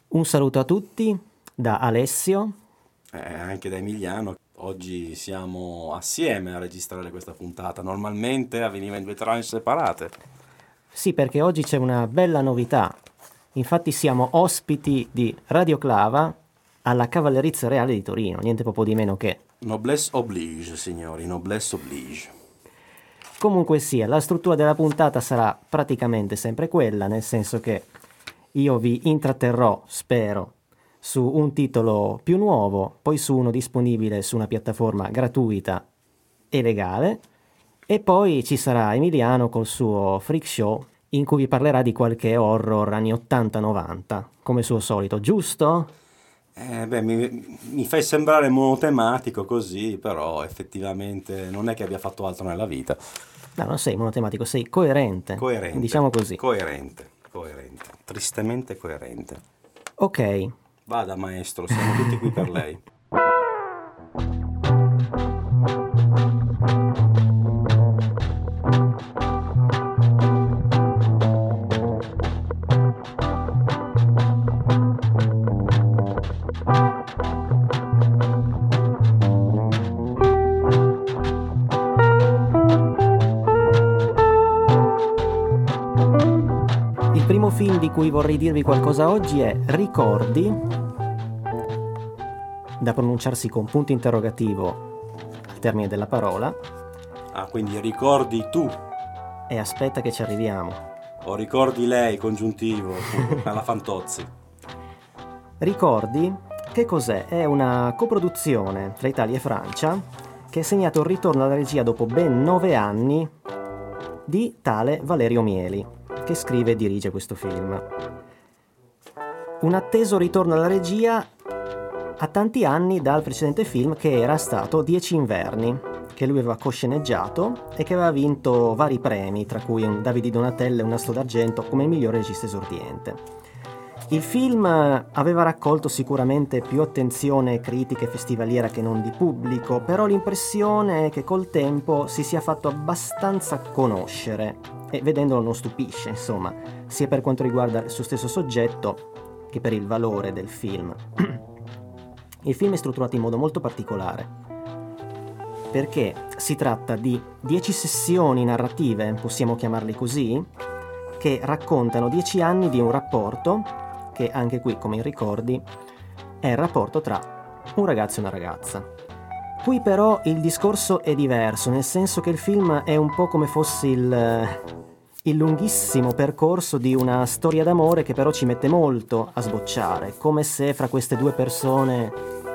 Un saluto a tutti da Alessio. Anche da Emiliano. Oggi siamo assieme a registrare questa puntata. Normalmente avveniva in due tranche separate. Sì, perché oggi c'è una bella novità. Infatti siamo ospiti di Radio Clava alla Cavallerizza Reale di Torino, niente proprio di meno che. Noblesse oblige, signori, noblesse oblige. Comunque sia, la struttura della puntata sarà praticamente sempre quella, nel senso che io vi intratterrò, spero, su un titolo più nuovo, poi su uno disponibile su una piattaforma gratuita e legale, e poi ci sarà Emiliano col suo freak show in cui vi parlerà di qualche horror anni 80-90, come suo solito, giusto? Mi fai sembrare monotematico così, però effettivamente non è che abbia fatto altro nella vita. No, non sei monotematico, sei coerente, Coerente. diciamo così. Coerente. Tristemente coerente. Ok, Vada, maestro, siamo tutti qui per lei. il primo film di cui vorrei dirvi qualcosa oggi è Ricordi, da pronunciarsi con punto interrogativo al termine della parola, Ah, quindi ricordi tu e aspetta che ci arriviamo. o ricordi lei, congiuntivo, alla Fantozzi. Ricordi, che cos'è? È una coproduzione tra Italia e Francia che ha segnato il ritorno alla regia dopo ben 9 anni di tale Valerio Mieli, che scrive e dirige questo film. Un atteso ritorno alla regia a tanti anni dal precedente film, che era stato 10 inverni, che lui aveva cosceneggiato e che aveva vinto vari premi, tra cui un David di Donatello e un Nastro d'Argento come miglior regista esordiente. Il film aveva raccolto sicuramente più attenzione critica e festivaliera che non di pubblico, però l'impressione è che col tempo si sia fatto abbastanza conoscere e vedendolo non stupisce, insomma, sia per quanto riguarda il suo stesso soggetto che per il valore del film. Il film è strutturato in modo molto particolare, perché si tratta di 10 sessioni narrative, possiamo chiamarli così, che raccontano 10 anni di un rapporto, che anche qui, come in Ricordi, è il rapporto tra un ragazzo e una ragazza. Qui però il discorso è diverso, nel senso che il film è un po' come fosse il lunghissimo percorso di una storia d'amore che però ci mette molto a sbocciare, come se fra queste due persone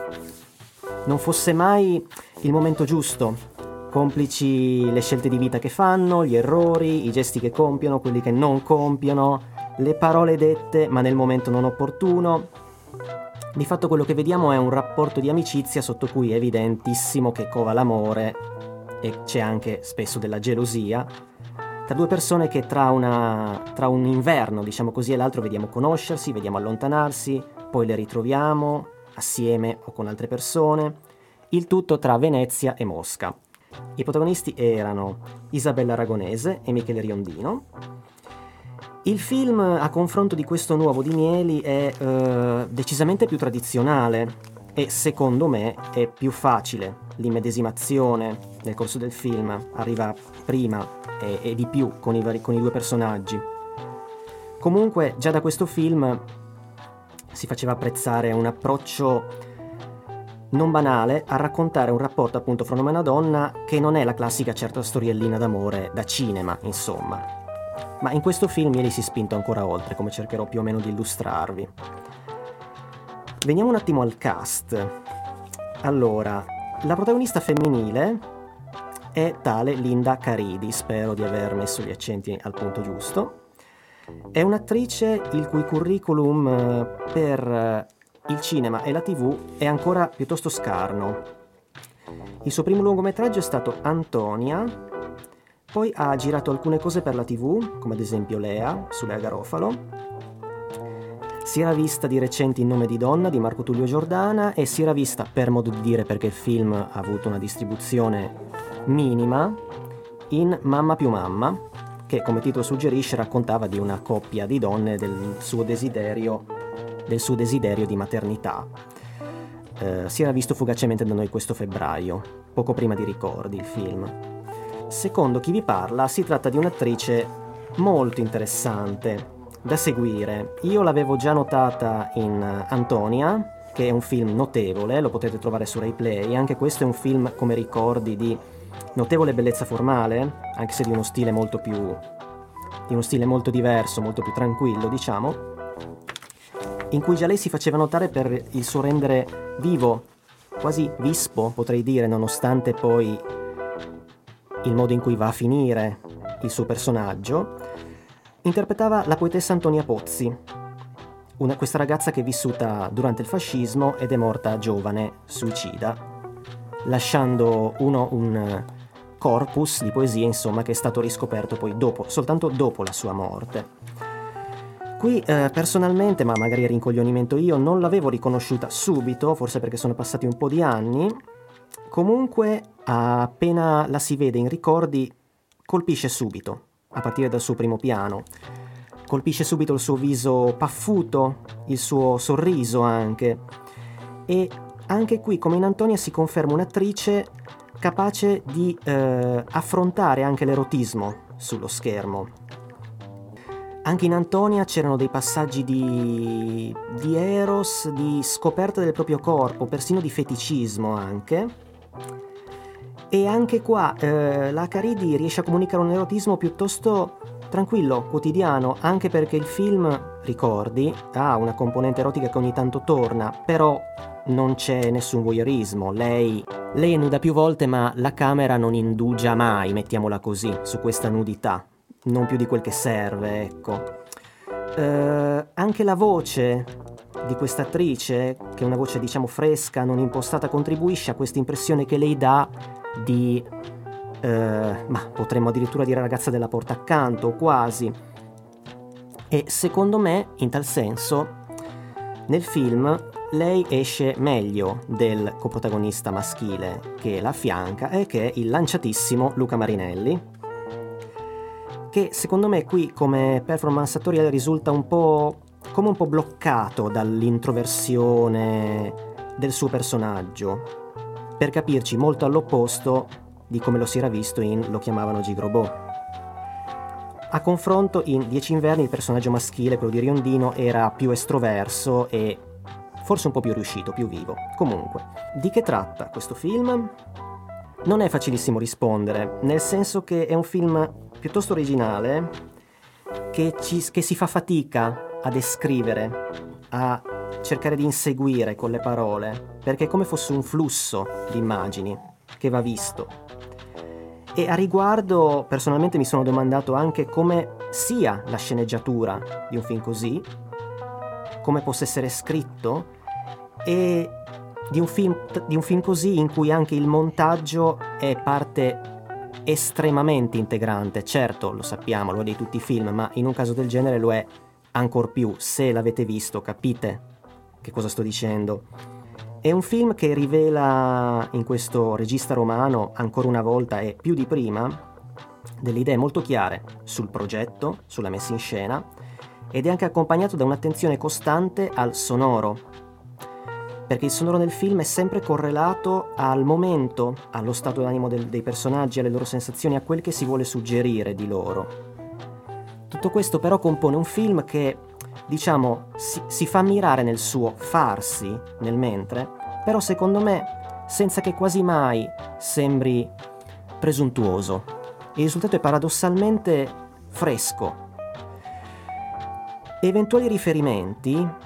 non fosse mai il momento giusto, complici le scelte di vita che fanno, gli errori, i gesti che compiono, quelli che non compiono, le parole dette ma nel momento non opportuno. Di fatto quello che vediamo è un rapporto di amicizia sotto cui è evidentissimo che cova l'amore e c'è anche spesso della gelosia tra due persone che tra un inverno, diciamo così, e l'altro vediamo conoscersi, vediamo allontanarsi, poi le ritroviamo assieme o con altre persone, il tutto tra Venezia e Mosca. I protagonisti erano Isabella Aragonese e Michele Riondino. Il film, a confronto di questo nuovo di Mieli, è decisamente più tradizionale e secondo me è più facile. L'immedesimazione nel corso del film arriva prima e di più con i due personaggi. Comunque già da questo film si faceva apprezzare un approccio non banale a raccontare un rapporto appunto fra un uomo e una donna che non è la classica certa storiellina d'amore da cinema, insomma. Ma in questo film Mieli si è spinto ancora oltre, come cercherò più o meno di illustrarvi. Veniamo un attimo al cast. Allora, la protagonista femminile è tale Linda Caridi, spero di aver messo gli accenti al punto giusto. È un'attrice il cui curriculum per il cinema e la TV è ancora piuttosto scarno. Il suo primo lungometraggio è stato Antonia, poi ha girato alcune cose per la TV, come ad esempio Lea, su Lea Garofalo. Si era vista di recente in Nome di donna di Marco Tullio Giordana e si era vista, per modo di dire perché il film ha avuto una distribuzione minima, in Mamma più mamma, che come titolo suggerisce raccontava di una coppia di donne, del suo desiderio del suo desiderio di maternità. Si era visto fugacemente da noi questo febbraio, poco prima di Ricordi, il film. Secondo chi vi parla, si tratta di un'attrice molto interessante da seguire. Io l'avevo già notata in Antonia, che è un film notevole, lo potete trovare su Rai Play. Anche questo è un film, come Ricordi, di notevole bellezza formale, anche se di uno stile molto diverso, molto più tranquillo, diciamo, in cui già lei si faceva notare per il suo rendere vivo, quasi vispo, potrei dire, nonostante poi il modo in cui va a finire il suo personaggio. Interpretava la poetessa Antonia Pozzi, questa ragazza che è vissuta durante il fascismo ed è morta giovane, suicida, lasciando un corpus di poesie, insomma, che è stato riscoperto poi soltanto dopo la sua morte. Qui personalmente, ma magari a rincoglionimento io, non l'avevo riconosciuta subito, forse perché sono passati un po' di anni. Comunque, appena la si vede in Ricordi, colpisce subito, a partire dal suo primo piano. Colpisce subito il suo viso paffuto, il suo sorriso anche. E anche qui, come in Antonia, si conferma un'attrice capace di affrontare anche l'erotismo sullo schermo. Anche in Antonia c'erano dei passaggi di eros, di scoperta del proprio corpo, persino di feticismo anche. E anche qua la Caridi riesce a comunicare un erotismo piuttosto tranquillo, quotidiano, anche perché il film, Ricordi, ha una componente erotica che ogni tanto torna, però non c'è nessun voyeurismo. Lei è nuda più volte, ma la camera non indugia mai, mettiamola così, su questa nudità. Non più di quel che serve, ecco. Anche la voce di questa attrice, che è una voce diciamo fresca, non impostata, contribuisce a questa impressione che lei dà di, ma potremmo addirittura dire ragazza della porta accanto, quasi. E secondo me, in tal senso, nel film lei esce meglio del coprotagonista maschile che la affianca e che è il lanciatissimo Luca Marinelli, che secondo me qui come performance attoriale risulta un po' bloccato dall'introversione del suo personaggio, per capirci molto all'opposto di come lo si era visto in Lo chiamavano Gigrobò. A confronto in 10 inverni il personaggio maschile, quello di Riondino, era più estroverso e forse un po' più riuscito, più vivo. Comunque, di che tratta questo film? Non è facilissimo rispondere, nel senso che è un film piuttosto originale che si fa fatica a descrivere, a cercare di inseguire con le parole, perché è come fosse un flusso di immagini che va visto. E a riguardo personalmente mi sono domandato anche come sia la sceneggiatura di un film così, come possa essere scritto, e di un film così in cui anche il montaggio è parte estremamente integrante. Certo, lo sappiamo, lo è di tutti i film, ma in un caso del genere lo è ancor più. Se l'avete visto, capite che cosa sto dicendo. È un film che rivela in questo regista romano, ancora una volta e più di prima, delle idee molto chiare sul progetto, sulla messa in scena, ed è anche accompagnato da un'attenzione costante al sonoro, perché il sonoro nel film è sempre correlato al momento, allo stato d'animo dei personaggi, alle loro sensazioni, a quel che si vuole suggerire di loro. Tutto questo però compone un film che, diciamo, si fa ammirare nel suo farsi, nel mentre, però secondo me senza che quasi mai sembri presuntuoso. Il risultato è paradossalmente fresco. Eventuali riferimenti...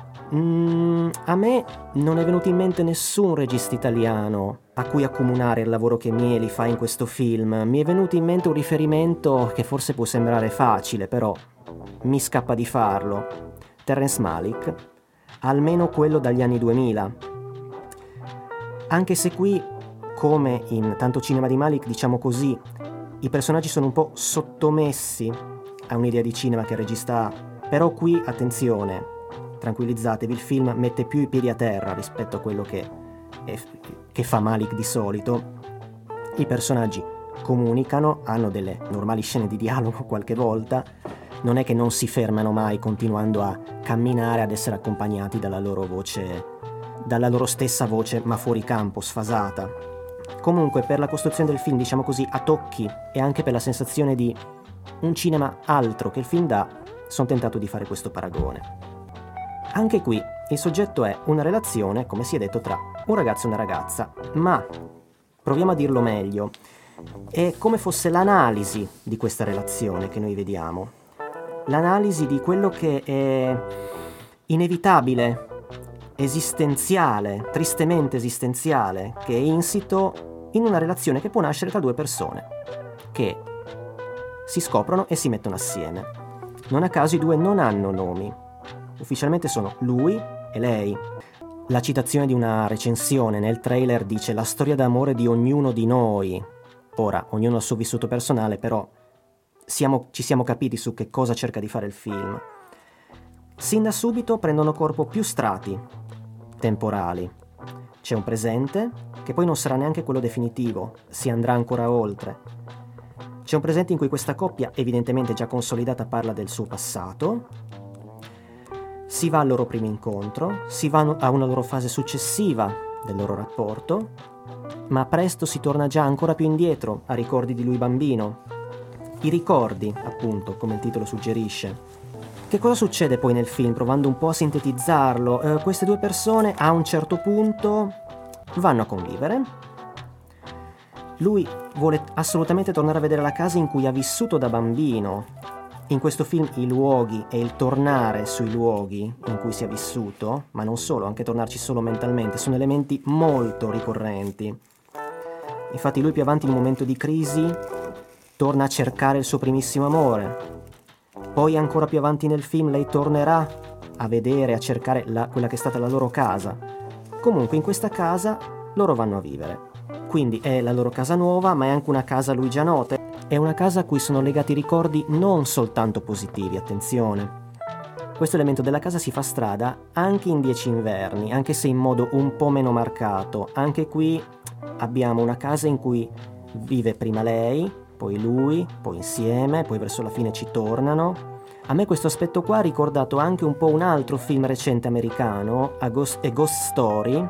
a me non è venuto in mente nessun regista italiano a cui accomunare il lavoro che Mieli fa in questo film. Mi è venuto in mente un riferimento che forse può sembrare facile, però mi scappa di farlo. Terrence Malick, almeno quello dagli anni 2000. Anche se qui, come in tanto cinema di Malick, diciamo così, i personaggi sono un po' sottomessi a un'idea di cinema che il regista ha. Però qui, attenzione, tranquillizzatevi, il film mette più i piedi a terra rispetto a quello che fa Malick di solito. I personaggi comunicano, hanno delle normali scene di dialogo qualche volta, non è che non si fermano mai continuando a camminare, ad essere accompagnati dalla loro voce, dalla loro stessa voce, ma fuori campo, sfasata. Comunque, per la costruzione del film, diciamo così, a tocchi, e anche per la sensazione di un cinema altro che il film dà, sono tentato di fare questo paragone. Anche qui il soggetto è una relazione, come si è detto, tra un ragazzo e una ragazza, ma proviamo a dirlo meglio, è come fosse l'analisi di questa relazione che noi vediamo, l'analisi di quello che è inevitabile, esistenziale, tristemente esistenziale, che è insito in una relazione che può nascere tra due persone, che si scoprono e si mettono assieme. Non a caso i due non hanno nomi, ufficialmente sono lui e lei. La citazione di una recensione nel trailer dice la storia d'amore di ognuno di noi. Ora, ognuno ha il suo vissuto personale, però ci siamo capiti su che cosa cerca di fare il film. Sin da subito prendono corpo più strati temporali. C'è un presente, che poi non sarà neanche quello definitivo, si andrà ancora oltre. C'è un presente in cui questa coppia, evidentemente già consolidata, parla del suo passato. Si va al loro primo incontro, si va a una loro fase successiva del loro rapporto, ma presto si torna già ancora più indietro, a ricordi di lui bambino. I ricordi, appunto, come il titolo suggerisce. Che cosa succede poi nel film, provando un po' a sintetizzarlo? Queste due persone a un certo punto vanno a convivere. Lui vuole assolutamente tornare a vedere la casa in cui ha vissuto da bambino. In questo film i luoghi e il tornare sui luoghi in cui si è vissuto, ma non solo, anche tornarci solo mentalmente, sono elementi molto ricorrenti. Infatti lui più avanti in un momento di crisi torna a cercare il suo primissimo amore. Poi ancora più avanti nel film lei tornerà a vedere, a cercare quella che è stata la loro casa. Comunque in questa casa loro vanno a vivere. Quindi è la loro casa nuova, ma è anche una casa a lui già nota. È una casa a cui sono legati ricordi non soltanto positivi, attenzione. Questo elemento della casa si fa strada anche in 10 inverni, anche se in modo un po' meno marcato. Anche qui abbiamo una casa in cui vive prima lei, poi lui, poi insieme, poi verso la fine ci tornano. A me questo aspetto qua ha ricordato anche un po' un altro film recente americano, A Ghost Story,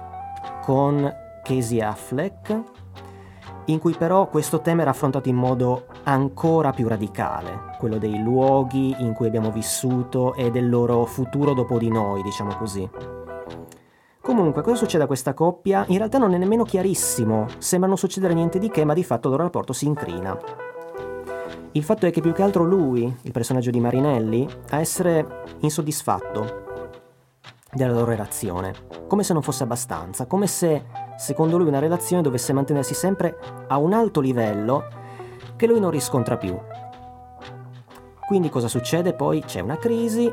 con Casey Affleck, in cui però questo tema era affrontato in modo ancora più radicale, quello dei luoghi in cui abbiamo vissuto e del loro futuro dopo di noi, diciamo così. Comunque, cosa succede a questa coppia? In realtà non è nemmeno chiarissimo, sembra non succedere niente di che, ma di fatto il loro rapporto si incrina. Il fatto è che più che altro lui, il personaggio di Marinelli, a essere insoddisfatto della loro relazione, come se non fosse abbastanza, come se, secondo lui, una relazione dovesse mantenersi sempre a un alto livello che lui non riscontra più. Quindi cosa succede? Poi c'è una crisi,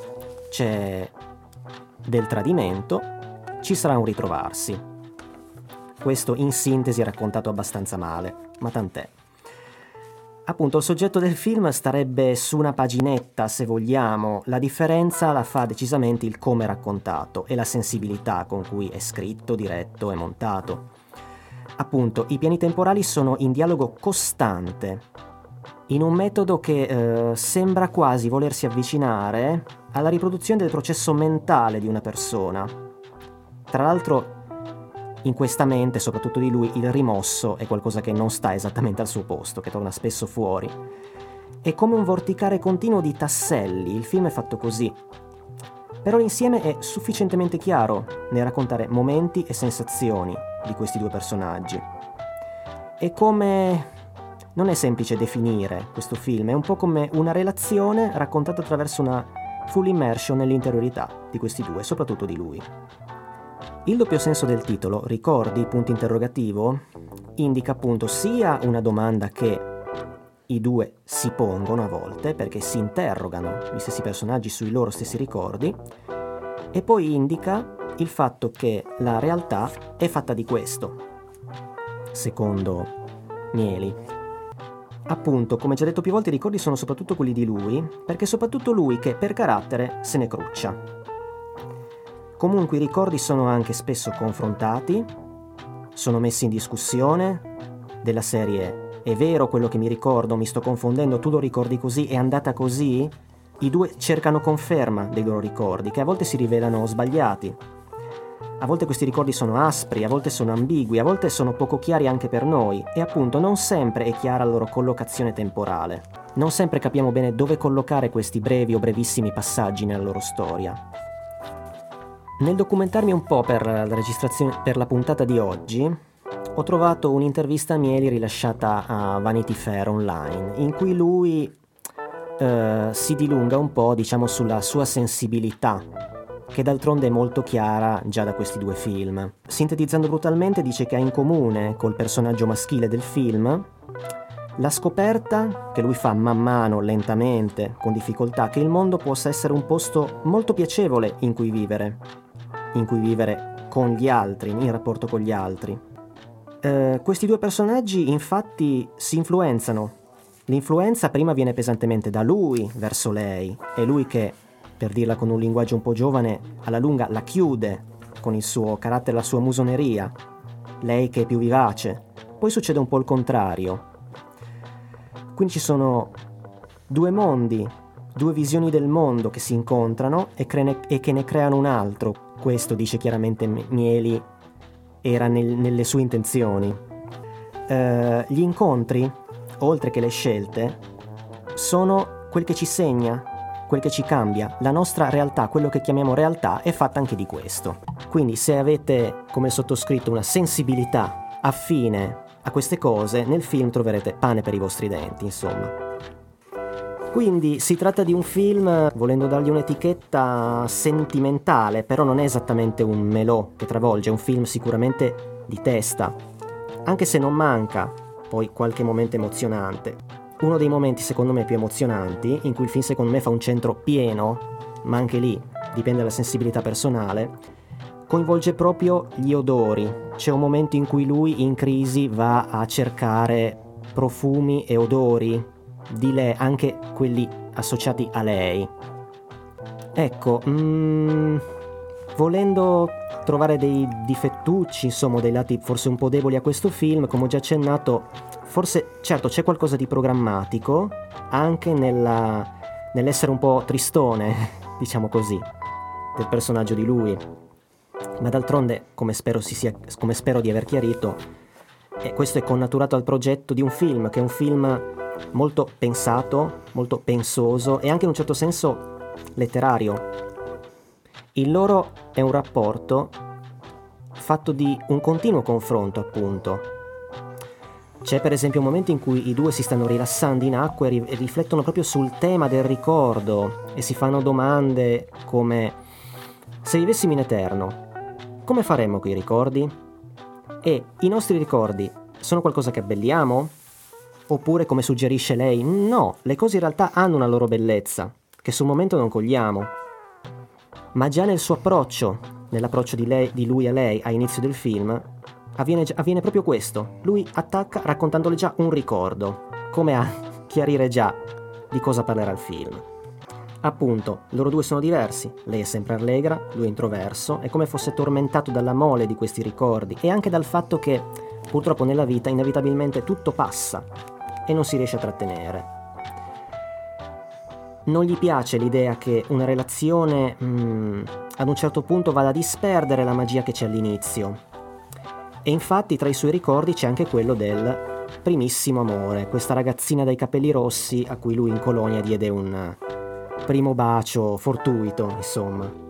c'è del tradimento, ci sarà un ritrovarsi. Questo in sintesi è raccontato abbastanza male, ma tant'è. Appunto, il soggetto del film starebbe su una paginetta, se vogliamo. La differenza la fa decisamente il come è raccontato e la sensibilità con cui è scritto, diretto e montato. Appunto, i piani temporali sono in dialogo costante, in un metodo che sembra quasi volersi avvicinare alla riproduzione del processo mentale di una persona. Tra l'altro, in questa mente, soprattutto di lui, il rimosso è qualcosa che non sta esattamente al suo posto, che torna spesso fuori. È come un vorticare continuo di tasselli, il film è fatto così. Però l'insieme è sufficientemente chiaro nel raccontare momenti e sensazioni di questi due personaggi. È come... non è semplice definire questo film, è un po' come una relazione raccontata attraverso una full immersion nell'interiorità di questi due, soprattutto di lui. Il doppio senso del titolo, ricordi, punto interrogativo, indica appunto sia una domanda che i due si pongono a volte, perché si interrogano gli stessi personaggi sui loro stessi ricordi, e poi indica il fatto che la realtà è fatta di questo, secondo Mieli. Appunto, come già detto più volte, i ricordi sono soprattutto quelli di lui, perché è soprattutto lui che per carattere se ne cruccia. Comunque i ricordi sono anche spesso confrontati, sono messi in discussione, della serie è vero quello che mi ricordo, mi sto confondendo, tu lo ricordi così, è andata così? I due cercano conferma dei loro ricordi, che a volte si rivelano sbagliati. A volte questi ricordi sono aspri, a volte sono ambigui, a volte sono poco chiari anche per noi, e appunto non sempre è chiara la loro collocazione temporale. Non sempre capiamo bene dove collocare questi brevi o brevissimi passaggi nella loro storia. Nel documentarmi un po' per la registrazione, per la puntata di oggi, ho trovato un'intervista a Mieli rilasciata a Vanity Fair online, in cui lui si dilunga un po', diciamo, sulla sua sensibilità, che d'altronde è molto chiara già da questi due film. Sintetizzando brutalmente, dice che ha in comune col personaggio maschile del film la scoperta, che lui fa man mano, lentamente, con difficoltà, che il mondo possa essere un posto molto piacevole in cui vivere con gli altri, in rapporto con gli altri. Questi due personaggi infatti si influenzano. L'influenza prima viene pesantemente da lui verso lei, è lui che, per dirla con un linguaggio un po' giovane, alla lunga la chiude con il suo carattere, la sua musoneria, lei che è più vivace. Poi succede un po' il contrario. Quindi ci sono due mondi, due visioni del mondo che si incontrano e che ne creano un altro. Questo, dice chiaramente Mieli, era nelle sue intenzioni. Gli incontri, oltre che le scelte, sono quel che ci segna, quel che ci cambia. La nostra realtà, quello che chiamiamo realtà, è fatta anche di questo. Quindi se avete, come sottoscritto, una sensibilità affine a queste cose, nel film troverete pane per i vostri denti, insomma. Quindi si tratta di un film, volendo dargli un'etichetta, sentimentale, però non è esattamente un melò che travolge, è un film sicuramente di testa, anche se non manca poi qualche momento emozionante. Uno dei momenti secondo me più emozionanti, in cui il film secondo me fa un centro pieno, ma anche lì dipende dalla sensibilità personale, coinvolge proprio gli odori. C'è un momento in cui lui in crisi va a cercare profumi e odori di lei, anche quelli associati a lei. Ecco, volendo trovare dei difettucci, insomma, dei lati forse un po' deboli a questo film, come ho già accennato, forse, certo, c'è qualcosa di programmatico anche nell'essere un po' tristone, diciamo così, del personaggio di lui. Ma d'altronde, come spero di aver chiarito, questo è connaturato al progetto di un film, che è un film molto pensato, molto pensoso e anche in un certo senso letterario. Il loro è un rapporto fatto di un continuo confronto, appunto. C'è per esempio un momento in cui i due si stanno rilassando in acqua e riflettono proprio sul tema del ricordo e si fanno domande come: se vivessimo in eterno, come faremmo con i ricordi? E i nostri ricordi sono qualcosa che abbelliamo? Oppure, come suggerisce lei, no, le cose in realtà hanno una loro bellezza, che sul momento non cogliamo. Ma già nel suo approccio, nell'approccio di lui a lei a inizio del film, avviene proprio questo. Lui attacca raccontandole già un ricordo, come a chiarire già di cosa parlerà il film. Appunto, loro due sono diversi, lei è sempre allegra, lui è introverso, è come fosse tormentato dalla mole di questi ricordi e anche dal fatto che purtroppo nella vita inevitabilmente tutto passa e non si riesce a trattenere. Non gli piace l'idea che una relazione ad un certo punto vada a disperdere la magia che c'è all'inizio. E infatti tra i suoi ricordi c'è anche quello del primissimo amore, questa ragazzina dai capelli rossi a cui lui in colonia diede un primo bacio fortuito, insomma.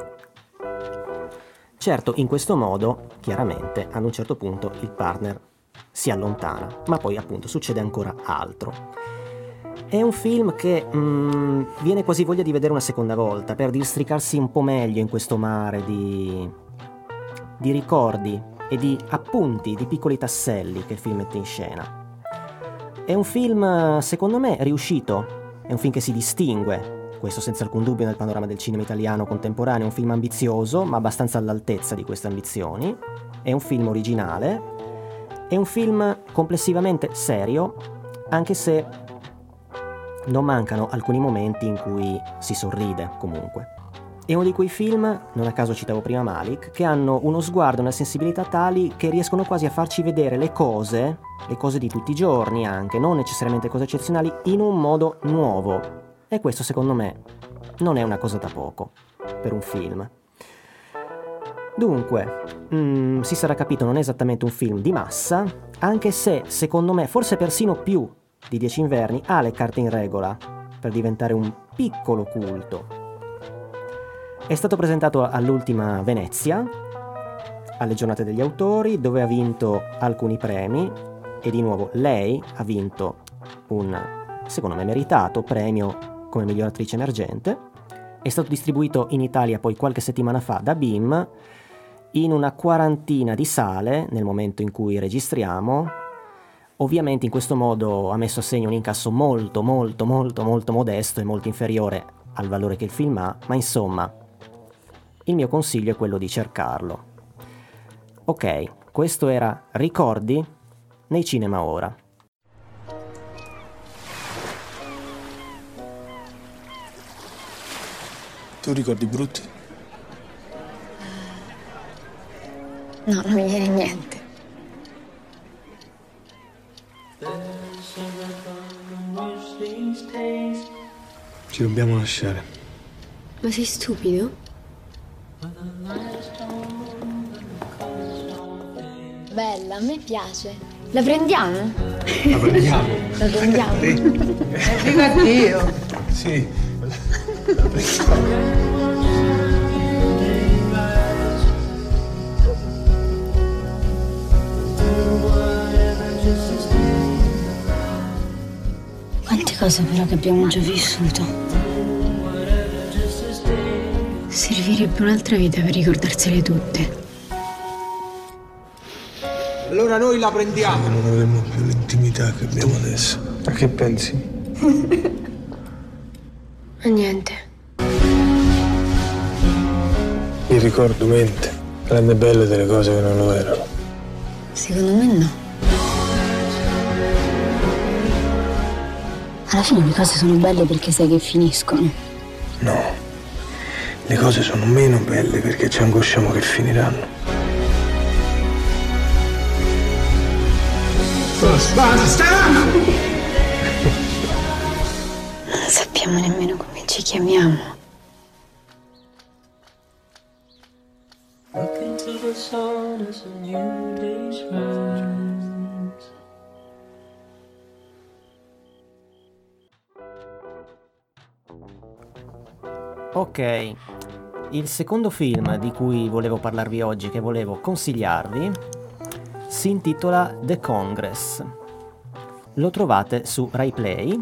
Certo, in questo modo, chiaramente, ad un certo punto il partner si allontana, ma poi appunto succede ancora altro. È un film che viene quasi voglia di vedere una seconda volta, per districarsi un po' meglio in questo mare di ricordi e di appunti, di piccoli tasselli che il film mette in scena. È un film, secondo me, riuscito, è un film che si distingue, questo senza alcun dubbio nel panorama del cinema italiano contemporaneo, è un film ambizioso, ma abbastanza all'altezza di queste ambizioni, è un film originale, è un film complessivamente serio, anche se non mancano alcuni momenti in cui si sorride comunque. È uno di quei film, non a caso citavo prima Malick, che hanno uno sguardo e una sensibilità tali che riescono quasi a farci vedere le cose di tutti i giorni anche, non necessariamente cose eccezionali, in un modo nuovo. E questo secondo me non è una cosa da poco per un film. Dunque, si sarà capito, non è esattamente un film di massa, anche se secondo me, forse persino più di 10 inverni, ha le carte in regola per diventare un piccolo culto. È stato presentato all'ultima Venezia, alle giornate degli autori, dove ha vinto alcuni premi e di nuovo lei ha vinto un, secondo me, meritato premio come miglior attrice emergente. È stato distribuito in Italia poi qualche settimana fa da BIM in una quarantina di sale nel momento in cui registriamo. Ovviamente in questo modo ha messo a segno un incasso molto modesto e molto inferiore al valore che il film ha, ma insomma il mio consiglio è quello di cercarlo. Ok, questo era Ricordi nei cinema ora. Tu ricordi brutti? No, non mi viene niente. Ci dobbiamo lasciare. Ma sei stupido? Bella, a me piace. La prendiamo? La prendiamo. La prendiamo? Sì. Viva Dio! Sì. La prendiamo. Quante cose però che abbiamo già vissuto. Servirebbe un'altra vita per ricordarsele tutte. Allora noi la prendiamo. Non avremo più l'intimità che abbiamo adesso. A che pensi? Ma niente. Il ricordo mente, rende belle delle cose che non lo erano. Secondo me no. Alla fine le cose sono belle perché sai che finiscono. No, le cose sono meno belle perché ci angosciamo che finiranno. Basta! Non sappiamo nemmeno come ci chiamiamo. Look into the sun as a new day's rise. Ok, il secondo film di cui volevo parlarvi oggi, che volevo consigliarvi, si intitola The Congress. Lo trovate su Rai Play.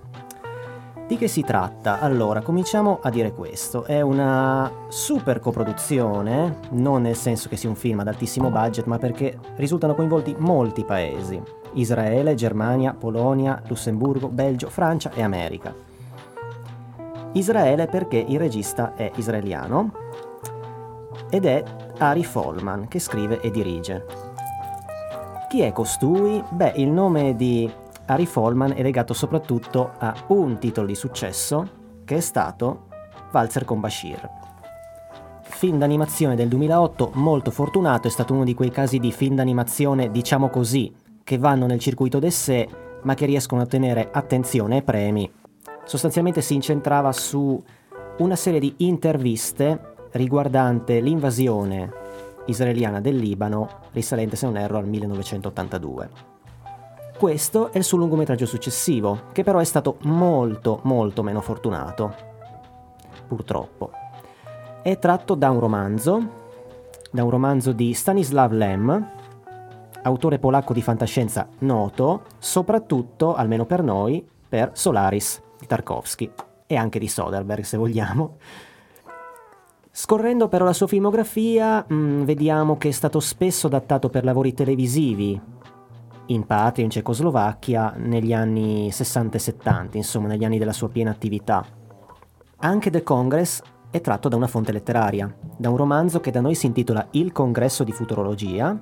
Di che si tratta? Allora, cominciamo a dire questo. È una super coproduzione, non nel senso che sia un film ad altissimo budget, ma perché risultano coinvolti molti paesi: Israele, Germania, Polonia, Lussemburgo, Belgio, Francia e America. Israele perché il regista è israeliano ed è Ari Folman, che scrive e dirige. Chi è costui? Beh, il nome di Ari Folman è legato soprattutto a un titolo di successo che è stato Valzer con Bashir. Film d'animazione del 2008 molto fortunato, è stato uno di quei casi di film d'animazione, diciamo così, che vanno nel circuito d'essè ma che riescono a ottenere attenzione e premi. Sostanzialmente si incentrava su una serie di interviste riguardante l'invasione israeliana del Libano, risalente, se non erro, al 1982. Questo è il suo lungometraggio successivo, che però è stato molto meno fortunato, purtroppo. È tratto da un romanzo di Stanislav Lem, autore polacco di fantascienza noto, soprattutto, almeno per noi, per Solaris di Tarkovsky e anche di Soderbergh, se vogliamo. Scorrendo però la sua filmografia, vediamo che è stato spesso adattato per lavori televisivi, in patria, in Cecoslovacchia, negli anni 60 e 70, insomma, negli anni della sua piena attività. Anche The Congress è tratto da una fonte letteraria, da un romanzo che da noi si intitola Il Congresso di Futurologia,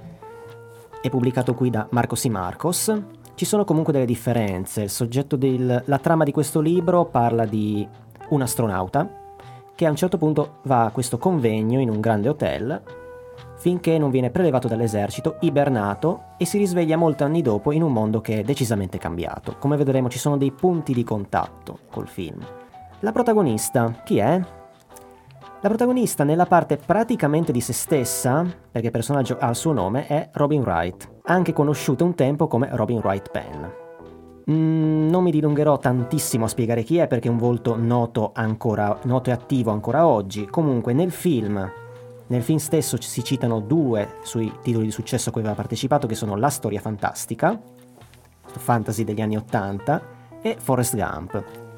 è pubblicato qui da Marcos y Marcos. Ci sono comunque delle differenze. La trama di questo libro parla di un astronauta che a un certo punto va a questo convegno in un grande hotel finché non viene prelevato dall'esercito, ibernato e si risveglia molti anni dopo in un mondo che è decisamente cambiato. Come vedremo ci sono dei punti di contatto col film. La protagonista, chi è? La protagonista nella parte praticamente di se stessa, perché il personaggio ha il suo nome, è Robin Wright, anche conosciuta un tempo come Robin Wright Penn. Non mi dilungherò tantissimo a spiegare chi è perché è un volto noto e attivo ancora oggi. Comunque nel film stesso si citano 2 sui titoli di successo a cui aveva partecipato, che sono La storia fantastica, fantasy degli anni 80, e Forrest Gump.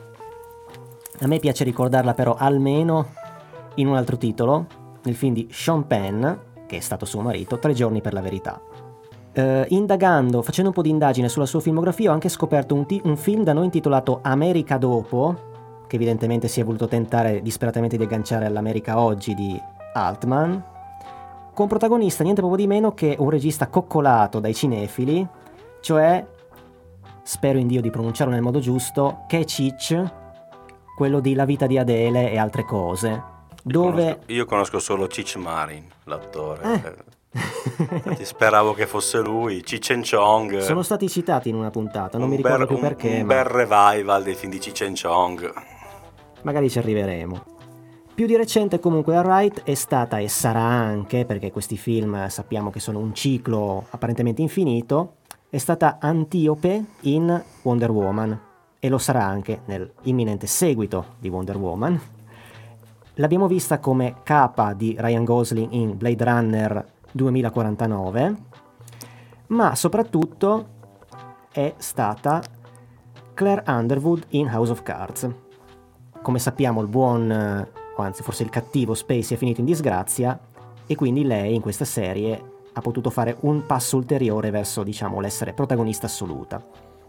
A me piace ricordarla però almeno in un altro titolo, nel film di Sean Penn, che è stato suo marito, 3 giorni per la verità. Indagando, facendo un po' di indagine sulla sua filmografia, ho anche scoperto un film da noi intitolato America Dopo, che evidentemente si è voluto tentare disperatamente di agganciare all'America Oggi di Altman, con protagonista niente proprio di meno che un regista coccolato dai cinefili, cioè, spero in Dio di pronunciarlo nel modo giusto, Keचिc, quello di La vita di Adele e altre cose, dove... Io conosco solo Cheech Marin, l'attore. Infatti speravo che fosse lui. Cheech and Chong. Sono stati citati in una puntata, non mi ricordo più perché. Un bel revival dei film di Cheech and Chong. Magari ci arriveremo. Più di recente comunque la Wright è stata, e sarà anche, perché questi film sappiamo che sono un ciclo apparentemente infinito, è stata Antiope in Wonder Woman, e lo sarà anche nell'imminente seguito di Wonder Woman. L'abbiamo vista come capa di Ryan Gosling in Blade Runner 2049, ma soprattutto è stata Claire Underwood in House of Cards. Come sappiamo il buon, o anzi forse il cattivo Spacey è finito in disgrazia e quindi lei in questa serie ha potuto fare un passo ulteriore verso, diciamo, l'essere protagonista assoluta.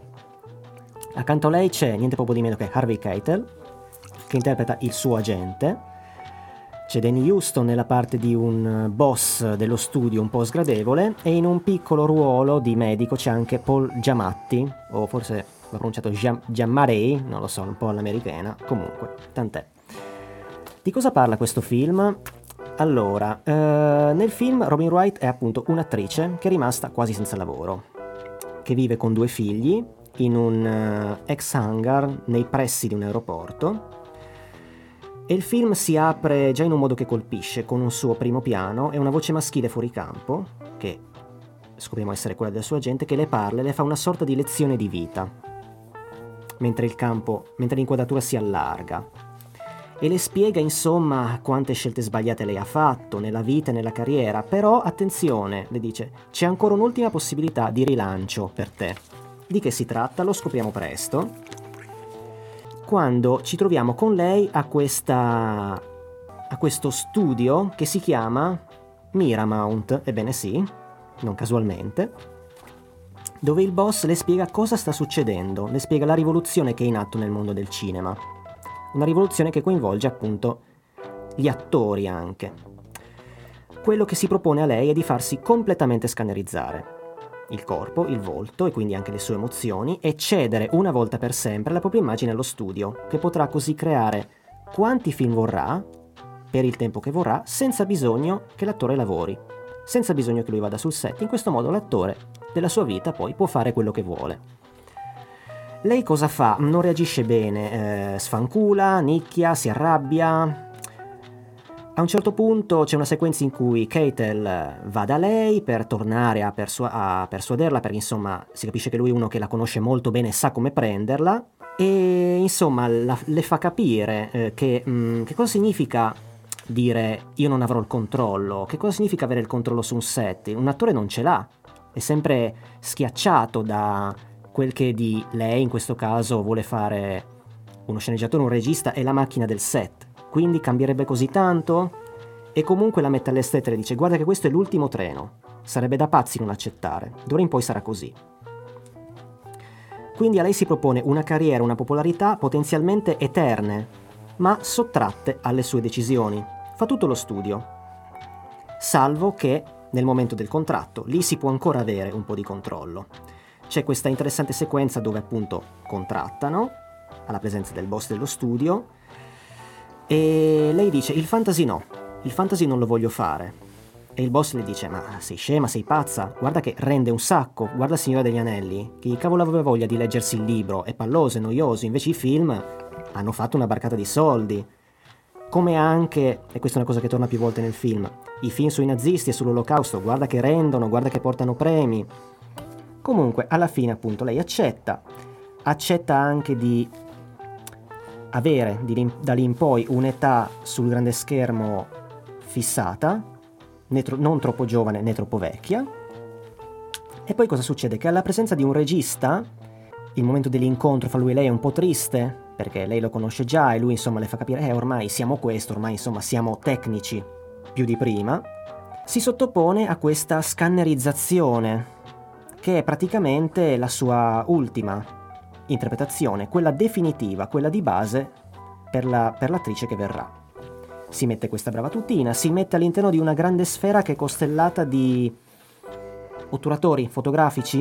Accanto a lei c'è niente proprio di meno che Harvey Keitel, che interpreta il suo agente. C'è Danny Huston nella parte di un boss dello studio un po' sgradevole, e in un piccolo ruolo di medico c'è anche Paul Giamatti, o forse l'ho pronunciato Giammarei, non lo so, un po' all'americana, comunque, tant'è. Di cosa parla questo film? Allora, nel film Robin Wright è appunto un'attrice che è rimasta quasi senza lavoro, che vive con 2 figli in un ex hangar nei pressi di un aeroporto. E il film si apre già in un modo che colpisce, con un suo primo piano e una voce maschile fuori campo, che scopriamo essere quella del suo agente, che le parla e le fa una sorta di lezione di vita, mentre l'inquadratura si allarga. E le spiega insomma quante scelte sbagliate lei ha fatto nella vita e nella carriera, però attenzione, le dice, c'è ancora un'ultima possibilità di rilancio per te. Di che si tratta? Lo scopriamo presto, quando ci troviamo con lei a questo studio che si chiama Miramount, ebbene sì, non casualmente, dove il boss le spiega cosa sta succedendo, le spiega la rivoluzione che è in atto nel mondo del cinema, una rivoluzione che coinvolge appunto gli attori anche. Quello che si propone a lei è di farsi completamente scannerizzare il corpo, il volto e quindi anche le sue emozioni, e cedere una volta per sempre la propria immagine allo studio, che potrà così creare quanti film vorrà, per il tempo che vorrà, senza bisogno che l'attore lavori, senza bisogno che lui vada sul set. In questo modo l'attore della sua vita poi può fare quello che vuole. Lei cosa fa? Non reagisce bene, sfancula, nicchia, si arrabbia. A un certo punto c'è una sequenza in cui Keitel va da lei per tornare a persuaderla, perché insomma si capisce che lui è uno che la conosce molto bene e sa come prenderla, e insomma le fa capire che cosa significa dire io non avrò il controllo, che cosa significa avere il controllo su un set. Un attore non ce l'ha, è sempre schiacciato da quel che di lei in questo caso vuole fare uno sceneggiatore, un regista, è la macchina del set. Quindi cambierebbe così tanto? E comunque la mette alle strette e le dice guarda che questo è l'ultimo treno, sarebbe da pazzi non accettare, d'ora in poi sarà così. Quindi a lei si propone una carriera, una popolarità potenzialmente eterne, ma sottratte alle sue decisioni. Fa tutto lo studio, salvo che nel momento del contratto lì si può ancora avere un po' di controllo. C'è questa interessante sequenza dove appunto contrattano alla presenza del boss dello studio, E lei dice: il fantasy no, il fantasy non lo voglio fare. E il boss le dice: ma sei scema, sei pazza, guarda che rende un sacco, guarda il Signore degli Anelli, chi cavolo aveva voglia di leggersi il libro, è palloso, è noioso, invece i film hanno fatto una barcata di soldi. Come anche, e questa è una cosa che torna più volte nel film, i film sui nazisti e sull'olocausto, guarda che rendono, guarda che portano premi. Comunque, alla fine appunto lei accetta anche di avere da lì in poi un'età sul grande schermo fissata, non troppo giovane né troppo vecchia. E poi cosa succede? Che alla presenza di un regista, il momento dell'incontro fra lui e lei è un po' triste, perché lei lo conosce già e lui insomma le fa capire ormai siamo questo, ormai insomma siamo tecnici più di prima. Si sottopone a questa scannerizzazione, che è praticamente la sua ultima interpretazione, quella definitiva, quella di base per l'attrice che verrà. Si mette questa bravatutina, si mette all'interno di una grande sfera che è costellata di otturatori fotografici.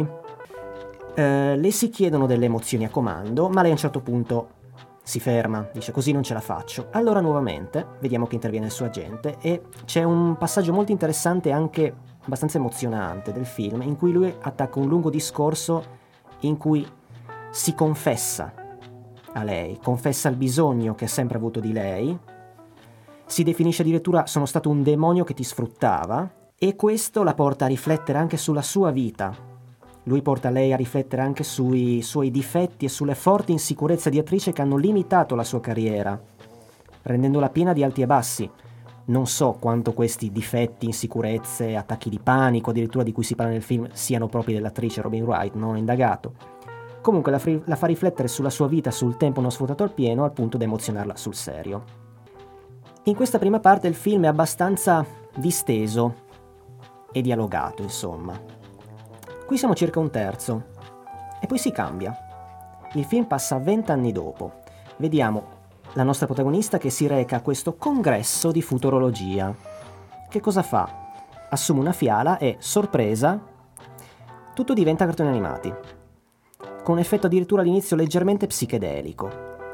Le si chiedono delle emozioni a comando, ma lei a un certo punto si ferma, dice così non ce la faccio. Allora nuovamente vediamo che interviene il suo agente e c'è un passaggio molto interessante, anche abbastanza emozionante del film, in cui lui attacca un lungo discorso in cui si confessa a lei, confessa il bisogno che ha sempre avuto di lei, si definisce addirittura sono stato un demonio che ti sfruttava, e questo la porta a riflettere anche sulla sua vita. Lui porta lei a riflettere anche sui suoi difetti e sulle forti insicurezze di attrice che hanno limitato la sua carriera, rendendola piena di alti e bassi. Non so quanto questi difetti, insicurezze, attacchi di panico, addirittura di cui si parla nel film, siano propri dell'attrice Robin Wright, non ho indagato. Comunque la fa riflettere sulla sua vita, sul tempo non sfruttato al pieno, al punto da emozionarla sul serio. In questa prima parte il film è abbastanza disteso e dialogato, insomma. Qui siamo circa un terzo, e poi si cambia. Il film passa 20 anni dopo. Vediamo la nostra protagonista che si reca a questo congresso di futurologia. Che cosa fa? Assume una fiala e, sorpresa, tutto diventa cartoni animati, con un effetto addirittura all'inizio leggermente psichedelico.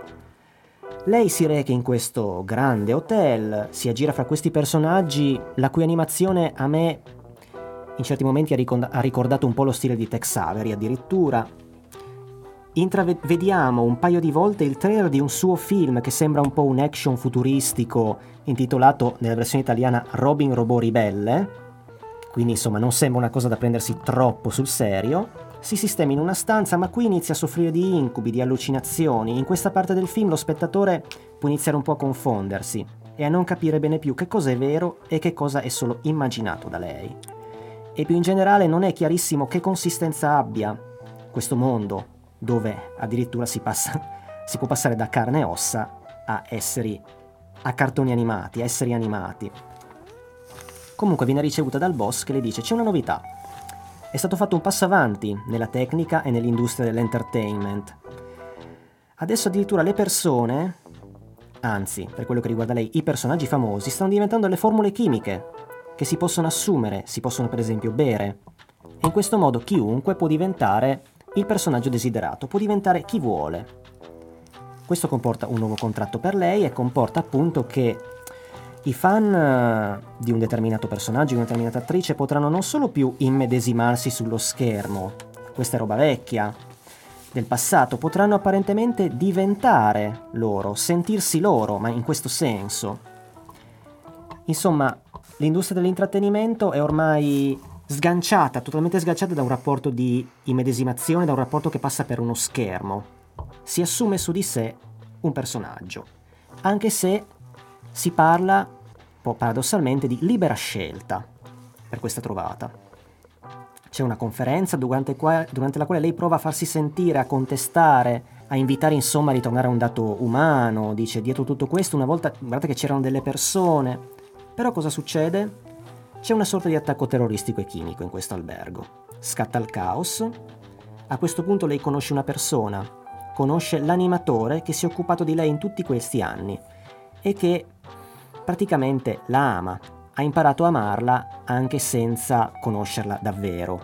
Lei si reca in questo grande hotel, si aggira fra questi personaggi, la cui animazione a me in certi momenti ha ricordato un po' lo stile di Tex Avery addirittura. Vediamo un paio di volte il trailer di un suo film che sembra un po' un action futuristico intitolato nella versione italiana Robin Robot Ribelle, quindi insomma non sembra una cosa da prendersi troppo sul serio. Si sistema in una stanza, ma qui inizia a soffrire di incubi, di allucinazioni. In questa parte del film lo spettatore può iniziare un po' a confondersi e a non capire bene più che cosa è vero e che cosa è solo immaginato da lei. E più in generale non è chiarissimo che consistenza abbia questo mondo, dove addirittura si può passare da carne e ossa a cartoni animati, a esseri animati. Comunque viene ricevuta dal boss che le dice: c'è una novità, è stato fatto un passo avanti nella tecnica e nell'industria dell'entertainment. Adesso addirittura le persone, anzi per quello che riguarda lei i personaggi famosi, stanno diventando le formule chimiche che si possono assumere, si possono per esempio bere, e in questo modo chiunque può diventare il personaggio desiderato, può diventare chi vuole. Questo comporta un nuovo contratto per lei e comporta appunto che i fan di un determinato personaggio, di una determinata attrice, potranno non solo più immedesimarsi sullo schermo, questa è roba vecchia, del passato, potranno apparentemente diventare loro, sentirsi loro, ma in questo senso. Insomma, l'industria dell'intrattenimento è ormai totalmente sganciata da un rapporto di immedesimazione, da un rapporto che passa per uno schermo. Si assume su di sé un personaggio, anche se si parla, un po' paradossalmente, di libera scelta per questa trovata. C'è una conferenza durante la quale lei prova a farsi sentire, a contestare, a invitare insomma a ritornare a un dato umano. Dice: dietro tutto questo una volta, guardate che c'erano delle persone. Però cosa succede? C'è una sorta di attacco terroristico e chimico in questo albergo. Scatta il caos. A questo punto lei conosce una persona, conosce l'animatore che si è occupato di lei in tutti questi anni e che praticamente la ama. Ha imparato a amarla anche senza conoscerla davvero.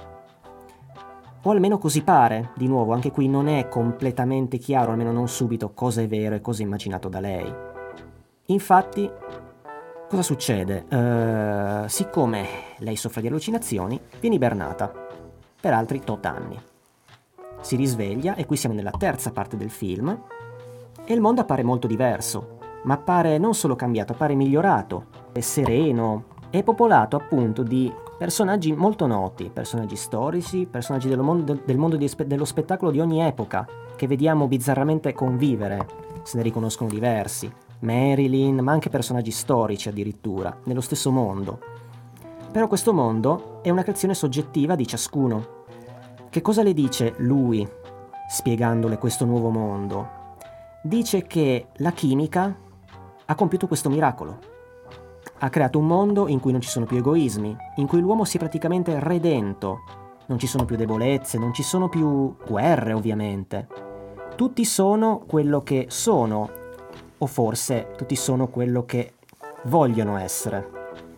O almeno così pare. Di nuovo, anche qui non è completamente chiaro, almeno non subito, cosa è vero e cosa è immaginato da lei. Infatti, cosa succede? Siccome lei soffre di allucinazioni, viene ibernata per altri tot anni. Si risveglia e qui siamo nella terza parte del film e il mondo appare molto diverso, ma appare non solo cambiato, appare migliorato, è sereno, è popolato appunto di personaggi molto noti, personaggi storici, personaggi dello mondo dello spettacolo di ogni epoca, che vediamo bizzarramente convivere, se ne riconoscono diversi, Marilyn, ma anche personaggi storici addirittura, nello stesso mondo. Però questo mondo è una creazione soggettiva di ciascuno. Che cosa le dice lui, spiegandole questo nuovo mondo? Dice che la chimica ha compiuto questo miracolo. Ha creato un mondo in cui non ci sono più egoismi, in cui l'uomo si è praticamente redento, non ci sono più debolezze, non ci sono più guerre ovviamente. Tutti sono quello che sono, o forse tutti sono quello che vogliono essere.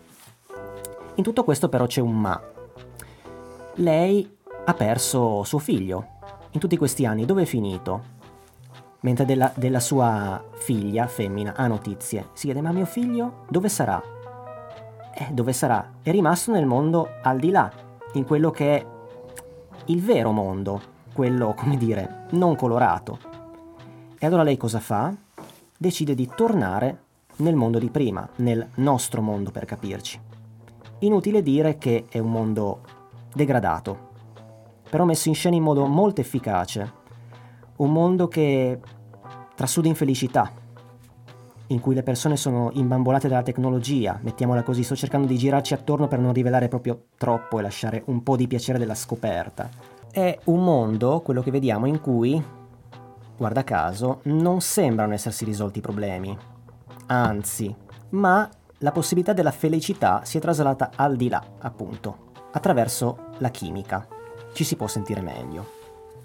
In tutto questo però c'è un ma. Lei ha perso suo figlio. In tutti questi anni dove è finito? Mentre della sua figlia femmina ha notizie. Si chiede: ma mio figlio dove sarà? Dove sarà? È rimasto nel mondo al di là, in quello che è il vero mondo, quello, come dire, non colorato. E allora lei cosa fa? Decide di tornare nel mondo di prima, nel nostro mondo per capirci. Inutile dire che è un mondo degradato, però messo in scena in modo molto efficace. Un mondo che trasuda infelicità, in cui le persone sono imbambolate dalla tecnologia, mettiamola così. Sto cercando di girarci attorno per non rivelare proprio troppo e lasciare un po' di piacere della scoperta. È un mondo, quello che vediamo, in cui, guarda caso, non sembrano essersi risolti i problemi. Anzi, ma la possibilità della felicità si è traslata al di là, appunto, attraverso la chimica. Ci si può sentire meglio.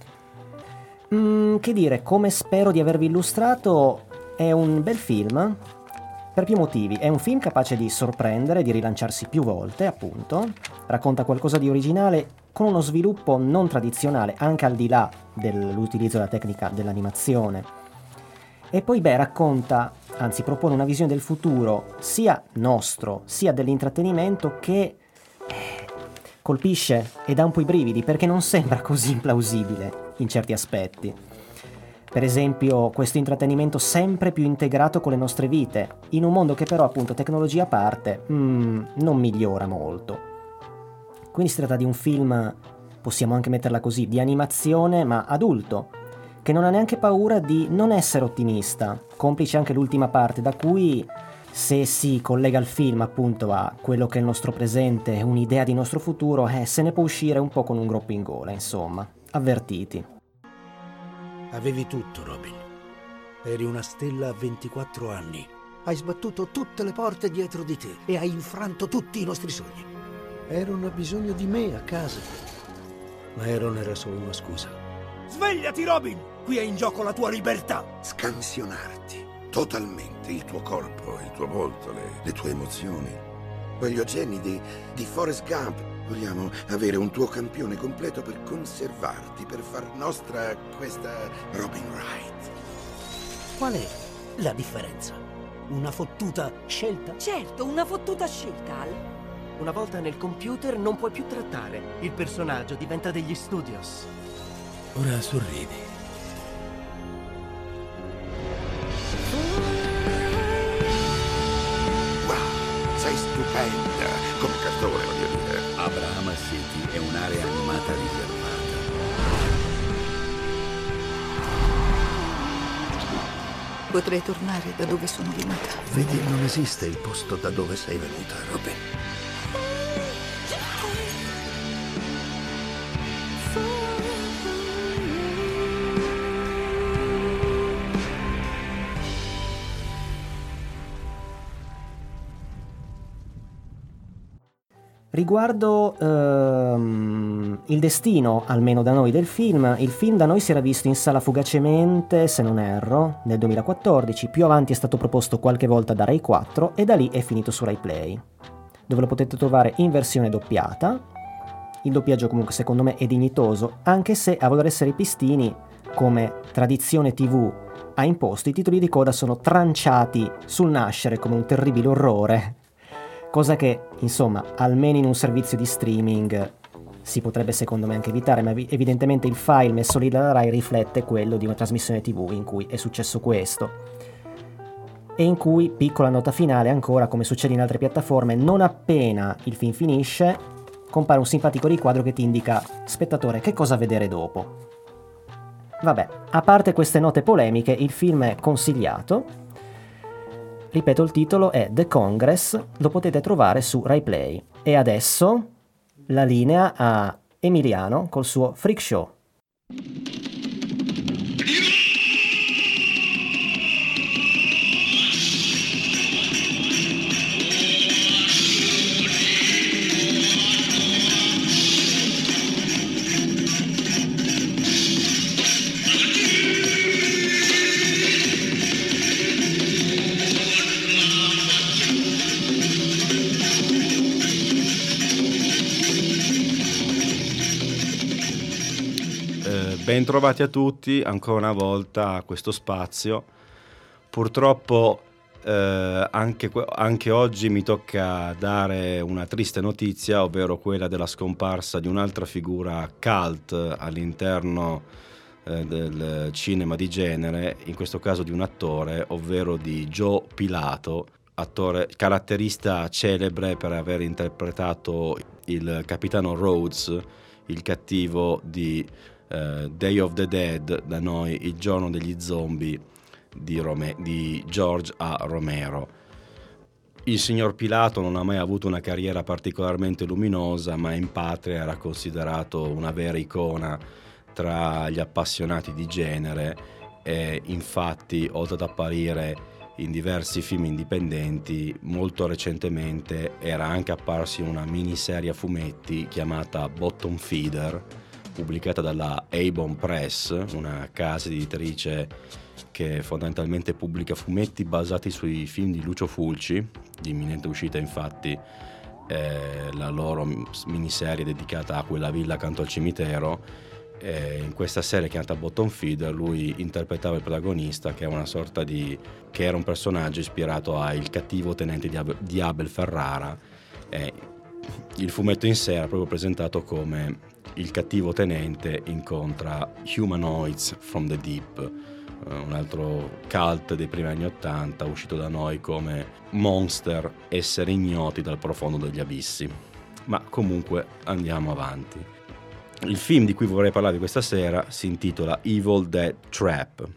Che dire, come spero di avervi illustrato, è un bel film per più motivi. È un film capace di sorprendere, di rilanciarsi più volte, appunto. Racconta qualcosa di originale con uno sviluppo non tradizionale, anche al di là dell'utilizzo della tecnica dell'animazione. E poi, racconta, anzi propone una visione del futuro, sia nostro, sia dell'intrattenimento, che colpisce e dà un po' i brividi, perché non sembra così implausibile in certi aspetti. Per esempio, questo intrattenimento sempre più integrato con le nostre vite, in un mondo che però, appunto, tecnologia a parte, non migliora molto. Quindi si tratta di un film, possiamo anche metterla così, di animazione ma adulto, che non ha neanche paura di non essere ottimista, complice anche l'ultima parte, da cui, se si collega il film appunto a quello che è il nostro presente, un'idea di nostro futuro, se ne può uscire un po' con un groppo in gola, insomma. Avvertiti. Avevi tutto, Robin. Eri una stella a 24 anni. Hai sbattuto tutte le porte dietro di te e hai infranto tutti i nostri sogni. Aaron ha bisogno di me a casa. Ma Aaron era solo una scusa. Svegliati, Robin! Qui è in gioco la tua libertà! Scansionarti totalmente il tuo corpo, il tuo volto, le tue emozioni. Quegli geni di Forrest Gump. Vogliamo avere un tuo campione completo per conservarti, per far nostra questa Robin Wright. Qual è la differenza? Una fottuta scelta? Certo, una fottuta scelta, Al. Una volta nel computer non puoi più trattare. Il personaggio diventa degli studios. Ora sorridi. Wow, sei stupenda come cartone, voglio dire. Abraham City è un'area animata riservata. Potrei tornare da dove sono venuta. Vedi, non esiste il posto da dove sei venuta, Robin. Riguardo il destino, almeno da noi, del film, il film da noi si era visto in sala fugacemente, se non erro, nel 2014, più avanti è stato proposto qualche volta da Rai 4 e da lì è finito su Rai Play, dove lo potete trovare in versione doppiata. Il doppiaggio comunque secondo me è dignitoso, anche se a voler essere pistini come tradizione TV ha imposto, i titoli di coda sono tranciati sul nascere come un terribile orrore, cosa che, insomma, almeno in un servizio di streaming si potrebbe secondo me anche evitare, ma evidentemente il file messo lì dalla Rai riflette quello di una trasmissione TV in cui è successo questo. E in cui, piccola nota finale ancora, come succede in altre piattaforme, non appena il film finisce, compare un simpatico riquadro che ti indica, spettatore, che cosa vedere dopo. Vabbè, a parte queste note polemiche, il film è consigliato. Ripeto, il titolo è The Congress, lo potete trovare su Rai Play. E adesso la linea a Emiliano col suo Freak Show. Bentrovati a tutti, ancora una volta a questo spazio. Purtroppo anche oggi mi tocca dare una triste notizia, ovvero quella della scomparsa di un'altra figura cult all'interno del cinema di genere, in questo caso di un attore, ovvero di Joe Pilato, attore caratterista celebre per aver interpretato il capitano Rhodes, il cattivo di Day of the Dead, da noi il giorno degli zombie di George A. Romero. Il signor Pilato non ha mai avuto una carriera particolarmente luminosa, ma in patria era considerato una vera icona tra gli appassionati di genere e infatti, oltre ad apparire in diversi film indipendenti, molto recentemente era anche apparso in una miniserie a fumetti chiamata Bottom Feeder, pubblicata dalla Avon Press, una casa editrice che fondamentalmente pubblica fumetti basati sui film di Lucio Fulci, di imminente uscita infatti la loro miniserie dedicata a quella villa accanto al cimitero. In questa serie chiamata Bottom Feeder lui interpretava il protagonista, che era un personaggio ispirato a Il cattivo tenente di Abel Ferrara. Il fumetto in sé era proprio presentato come il cattivo tenente incontra Humanoids from the Deep, un altro cult dei primi anni '80, uscito da noi come monster, esseri ignoti dal profondo degli abissi. Ma comunque andiamo avanti. Il film di cui vorrei parlarvi questa sera si intitola Evil Dead Trap.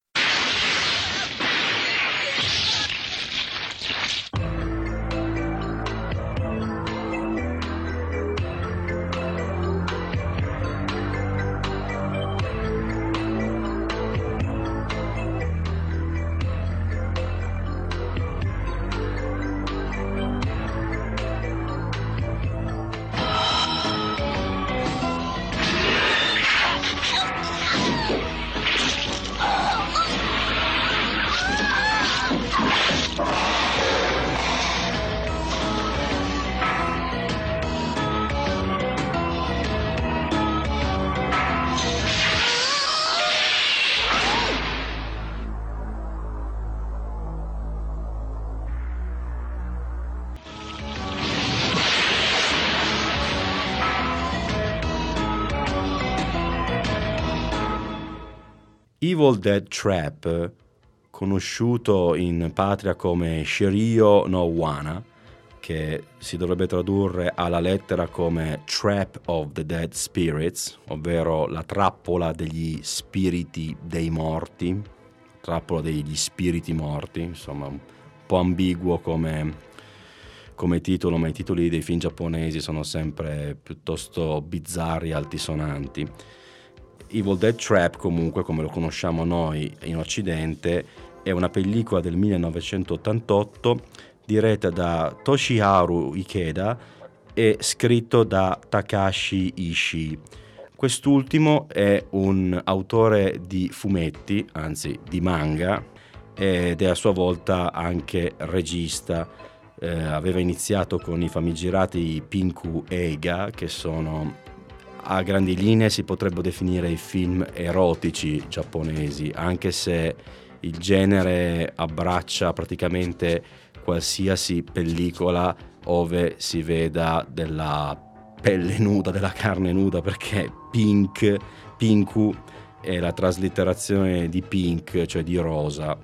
Evil Dead Trap, conosciuto in patria come Shirio no Wana, che si dovrebbe tradurre alla lettera come Trap of the Dead Spirits, ovvero la trappola degli spiriti dei morti, trappola degli spiriti morti, insomma un po' ambiguo come titolo, ma i titoli dei film giapponesi sono sempre piuttosto bizzarri e altisonanti. Evil Dead Trap, comunque, come lo conosciamo noi in Occidente, è una pellicola del 1988 diretta da Toshiharu Ikeda e scritto da Takashi Ishii. Quest'ultimo è un autore di fumetti, anzi di manga, ed è a sua volta anche regista. Aveva iniziato con i famigerati Pinku Eiga, che sono a grandi linee si potrebbero definire i film erotici giapponesi, anche se il genere abbraccia praticamente qualsiasi pellicola ove si veda della pelle nuda, della carne nuda, perché pinku è la traslitterazione di pink, cioè di rosa.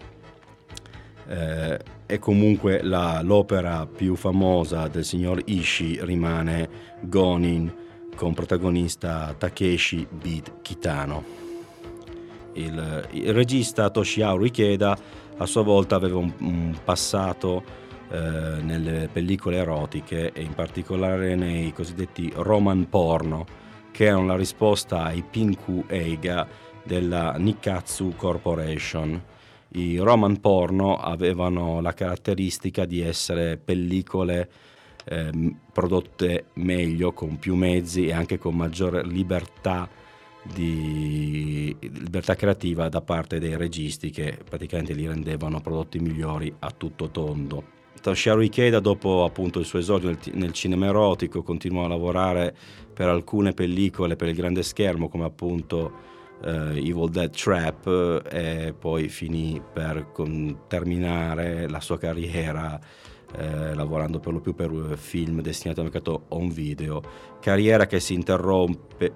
E comunque l'opera più famosa del signor Ishii rimane Gonin, con protagonista Takeshi Beat Kitano. Il regista Toshiharu Ikeda a sua volta aveva un passato nelle pellicole erotiche, e in particolare nei cosiddetti roman porno, che erano la risposta ai pinku eiga della Nikkatsu Corporation. I roman porno avevano la caratteristica di essere pellicole prodotte meglio, con più mezzi e anche con maggiore libertà creativa da parte dei registi, che praticamente li rendevano prodotti migliori a tutto tondo. Toshiharu Ikeda, dopo appunto il suo esordio nel cinema erotico, continuò a lavorare per alcune pellicole per il grande schermo, come appunto Evil Dead Trap, e poi finì per terminare la sua carriera lavorando per lo più per film destinati al mercato home video, carriera che si interruppe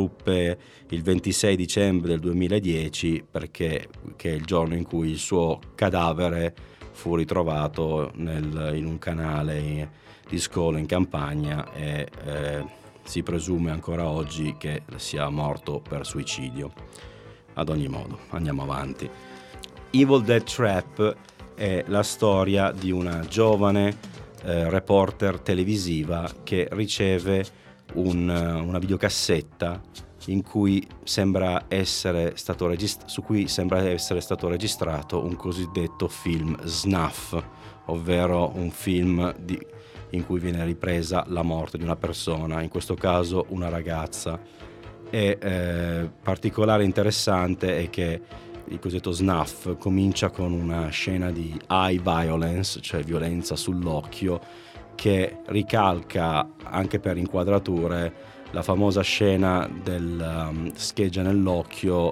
il 26 dicembre del 2010, che è il giorno in cui il suo cadavere fu ritrovato in un canale di scolo in campagna, e si presume ancora oggi che sia morto per suicidio. Ad ogni modo, andiamo avanti. Evil Dead Trap è la storia di una giovane reporter televisiva che riceve una videocassetta in cui sembra essere stato registrato un cosiddetto film snuff, ovvero un film in cui viene ripresa la morte di una persona, in questo caso una ragazza. E particolare interessante è che il cosiddetto snuff comincia con una scena di eye violence, cioè violenza sull'occhio, che ricalca anche per inquadrature la famosa scena del scheggia nell'occhio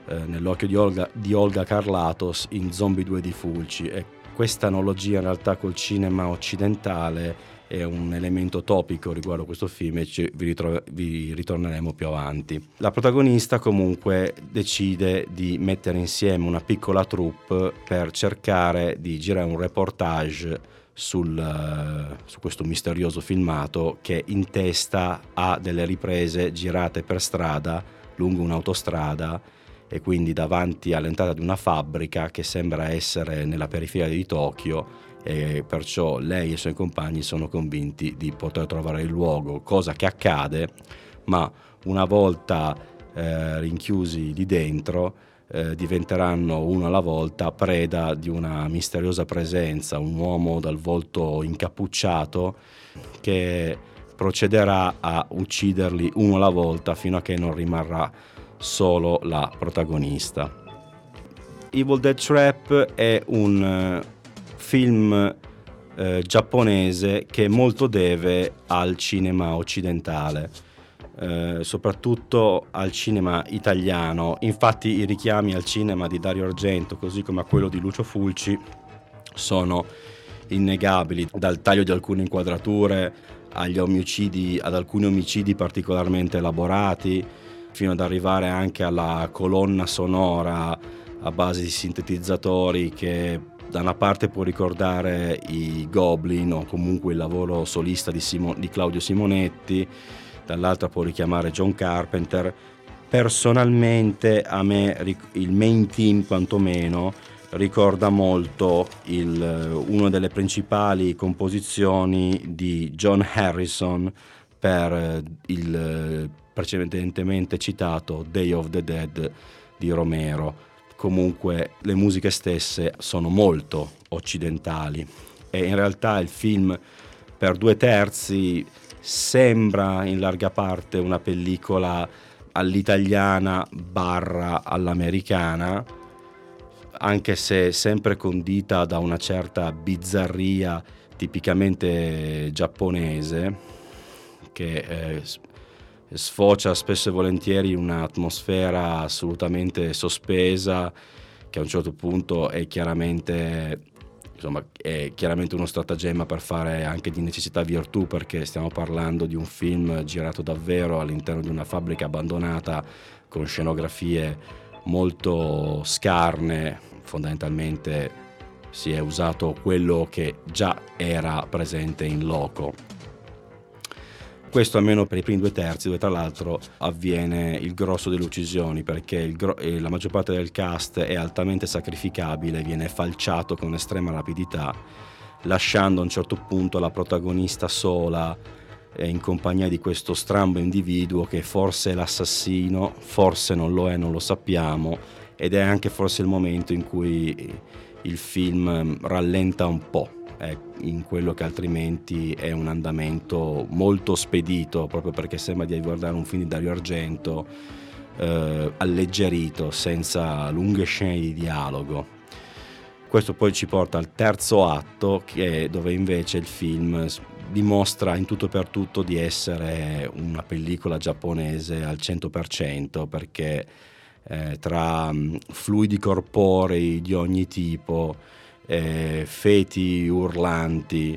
di Olga Carlatos in Zombie 2 di Fulci. E questa analogia in realtà col cinema occidentale è un elemento topico riguardo a questo film, e vi ritorneremo più avanti. La protagonista comunque decide di mettere insieme una piccola troupe per cercare di girare un reportage su questo misterioso filmato, che in testa ha delle riprese girate per strada, lungo un'autostrada, e quindi davanti all'entrata di una fabbrica che sembra essere nella periferia di Tokyo, e perciò lei e i suoi compagni sono convinti di poter trovare il luogo, cosa che accade, ma una volta rinchiusi lì dentro diventeranno uno alla volta preda di una misteriosa presenza, un uomo dal volto incappucciato che procederà a ucciderli uno alla volta fino a che non rimarrà solo la protagonista. Evil Dead Trap è un film giapponese che molto deve al cinema occidentale, soprattutto al cinema italiano. Infatti i richiami al cinema di Dario Argento, così come a quello di Lucio Fulci, sono innegabili, dal taglio di alcune inquadrature ad alcuni omicidi particolarmente elaborati, fino ad arrivare anche alla colonna sonora a base di sintetizzatori che da una parte può ricordare i Goblin o comunque il lavoro solista di Claudio Simonetti, dall'altra può richiamare John Carpenter. Personalmente a me il main theme quantomeno ricorda molto una delle principali composizioni di John Harrison per il precedentemente citato Day of the Dead di Romero. Comunque le musiche stesse sono molto occidentali, e in realtà il film per 2/3 sembra in larga parte una pellicola all'italiana / all'americana, anche se sempre condita da una certa bizzarria tipicamente giapponese, che sfocia spesso e volentieri in un'atmosfera assolutamente sospesa, che a un certo punto è chiaramente uno stratagemma per fare anche di necessità virtù, perché stiamo parlando di un film girato davvero all'interno di una fabbrica abbandonata, con scenografie molto scarne. Fondamentalmente si è usato quello che già era presente in loco. Questo almeno per i primi 2/3, dove tra l'altro avviene il grosso delle uccisioni, perché la maggior parte del cast è altamente sacrificabile, viene falciato con estrema rapidità, lasciando a un certo punto la protagonista sola in compagnia di questo strambo individuo che forse è l'assassino, forse non lo è, non lo sappiamo, ed è anche forse il momento in cui il film rallenta un po' in quello che altrimenti è un andamento molto spedito, proprio perché sembra di guardare un film di Dario Argento alleggerito, senza lunghe scene di dialogo. Questo poi ci porta al terzo atto, dove invece il film dimostra in tutto e per tutto di essere una pellicola giapponese al 100%, perché tra fluidi corporei di ogni tipo, feti urlanti,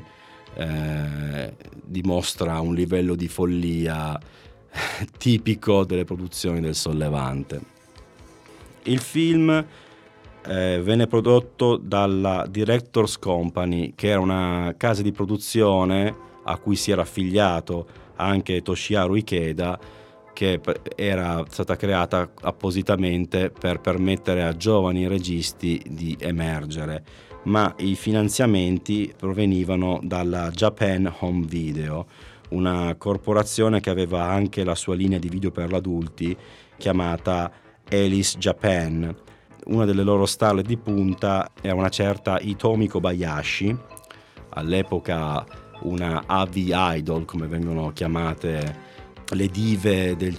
dimostra un livello di follia tipico delle produzioni del Sollevante. Il film venne prodotto dalla Directors Company, che era una casa di produzione a cui si era affiliato anche Toshiharu Ikeda, che era stata creata appositamente per permettere a giovani registi di emergere, ma i finanziamenti provenivano dalla Japan Home Video, una corporazione che aveva anche la sua linea di video per adulti chiamata Alice Japan. Una delle loro star di punta era una certa Hitomi Kobayashi, all'epoca una AV idol, come vengono chiamate le dive del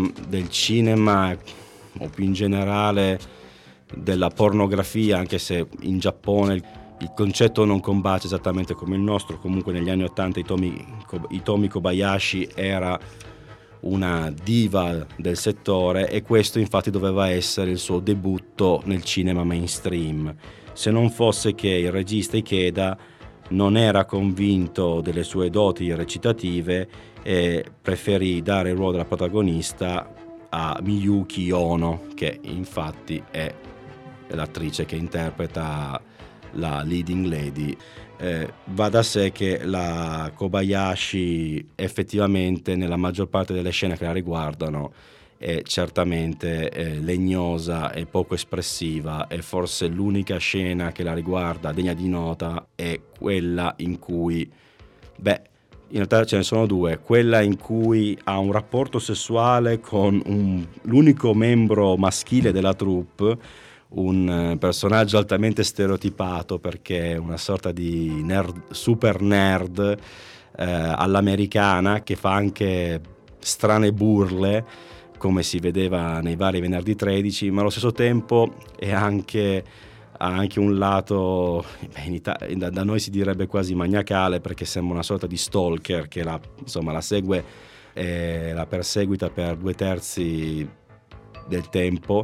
cinema o più in generale della pornografia, anche se in Giappone il concetto non combacia esattamente come il nostro. Comunque negli anni '80 Hitomi Kobayashi era una diva del settore, e questo infatti doveva essere il suo debutto nel cinema mainstream, se non fosse che il regista Ikeda non era convinto delle sue doti recitative e preferì dare il ruolo della protagonista a Miyuki Ono, che infatti è l'attrice che interpreta la leading lady. Va da sé che la Kobayashi effettivamente nella maggior parte delle scene che la riguardano è certamente legnosa e poco espressiva, e forse l'unica scena che la riguarda degna di nota è quella in cui, in realtà ce ne sono due, quella in cui ha un rapporto sessuale con l'unico membro maschile della troupe, un personaggio altamente stereotipato perché è una sorta di super nerd all'americana, che fa anche strane burle come si vedeva nei vari Venerdì 13, ma allo stesso tempo ha anche un lato, da noi si direbbe quasi maniacale, perché sembra una sorta di stalker che la segue e la perseguita per 2/3 del tempo,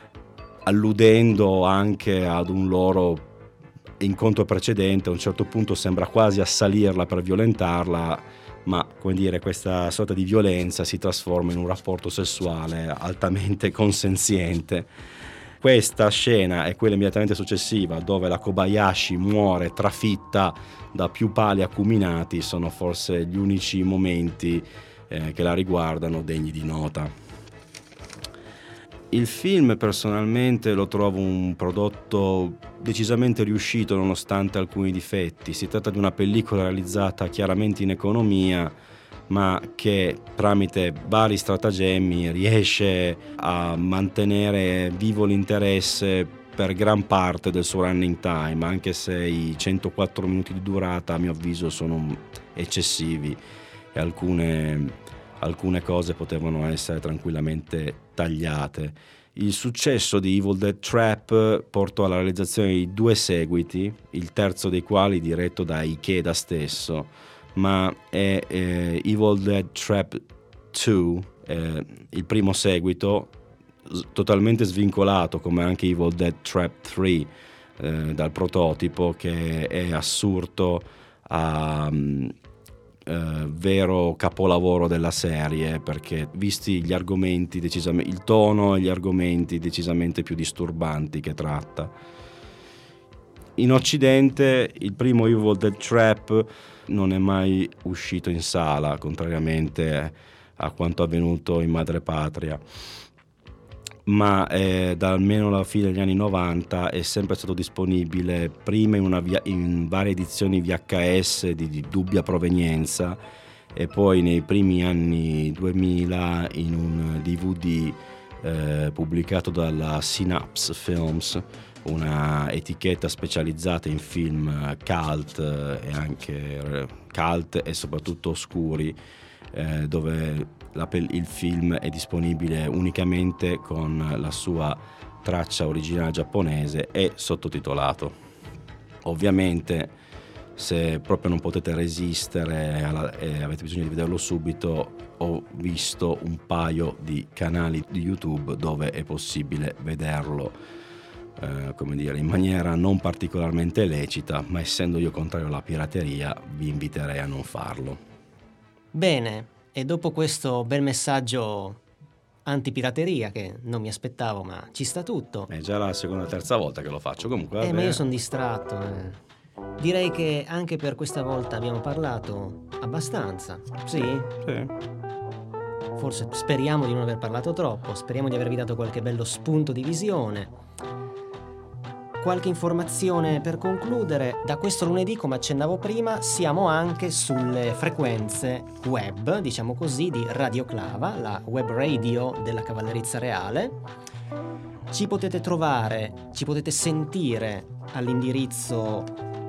alludendo anche ad un loro incontro precedente. A un certo punto sembra quasi assalirla per violentarla, ma come dire, questa sorta di violenza si trasforma in un rapporto sessuale altamente consenziente. Questa scena e quella immediatamente successiva, dove la Kobayashi muore trafitta da più pali acuminati, sono forse gli unici momenti che la riguardano degni di nota. Il film personalmente lo trovo un prodotto decisamente riuscito nonostante alcuni difetti. Si tratta di una pellicola realizzata chiaramente in economia, ma che tramite vari stratagemmi riesce a mantenere vivo l'interesse per gran parte del suo running time, anche se i 104 minuti di durata a mio avviso sono eccessivi e alcune cose potevano essere tranquillamente tagliate. Il successo di Evil Dead Trap portò alla realizzazione di 2 seguiti, il terzo dei quali diretto da Ikeda stesso, ma è Evil Dead Trap 2, il primo seguito, totalmente svincolato come anche Evil Dead Trap 3 dal prototipo, che è assurdo a vero capolavoro della serie, perché visti gli argomenti decisamente, il tono e gli argomenti decisamente più disturbanti che tratta. In Occidente il primo Evil Dead Trap non è mai uscito in sala, contrariamente a quanto avvenuto in madrepatria, ma da almeno la fine degli anni 90 è sempre stato disponibile, prima in varie edizioni VHS di dubbia provenienza, e poi nei primi anni 2000 in un DVD pubblicato dalla Synapse Films, una etichetta specializzata in film cult e anche cult e soprattutto oscuri, dove il film è disponibile unicamente con la sua traccia originale giapponese e sottotitolato. Ovviamente, se proprio non potete resistere e avete bisogno di vederlo subito, ho visto un paio di canali di YouTube dove è possibile vederlo, come dire, in maniera non particolarmente lecita, ma essendo io contrario alla pirateria vi inviterei a non farlo. Bene, e dopo questo bel messaggio antipirateria, che non mi aspettavo, ma ci sta tutto. È già la seconda o terza volta che lo faccio, comunque. Ma io sono distratto. Direi che anche per questa volta abbiamo parlato abbastanza. Sì? Sì. Forse speriamo di non aver parlato troppo, speriamo di avervi dato qualche bello spunto di visione. Qualche informazione per concludere: da questo lunedì, come accennavo prima, siamo anche sulle frequenze web, diciamo così, di Radioclava, la web radio della Cavallerizza Reale. Ci potete trovare, ci potete sentire all'indirizzo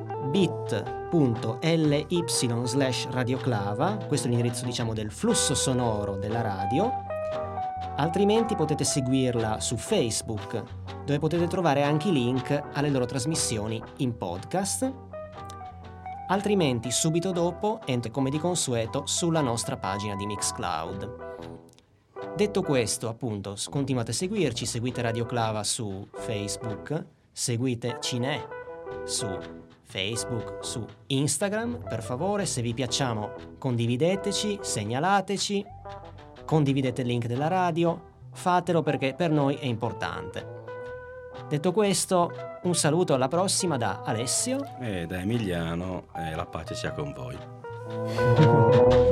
bit.ly/radioclava, questo è l'indirizzo, diciamo, del flusso sonoro della radio. Altrimenti potete seguirla su Facebook, dove potete trovare anche i link alle loro trasmissioni in podcast. Altrimenti subito dopo entrate, come di consueto, sulla nostra pagina di Mixcloud. Detto questo, appunto, continuate a seguirci, seguite Radioclava su Facebook, seguite Cinè su Facebook, su Instagram, per favore, se vi piacciamo condivideteci, segnalateci, condividete il link della radio, fatelo perché per noi è importante. Detto questo, un saluto, alla prossima da Alessio e da Emiliano, e la pace sia con voi.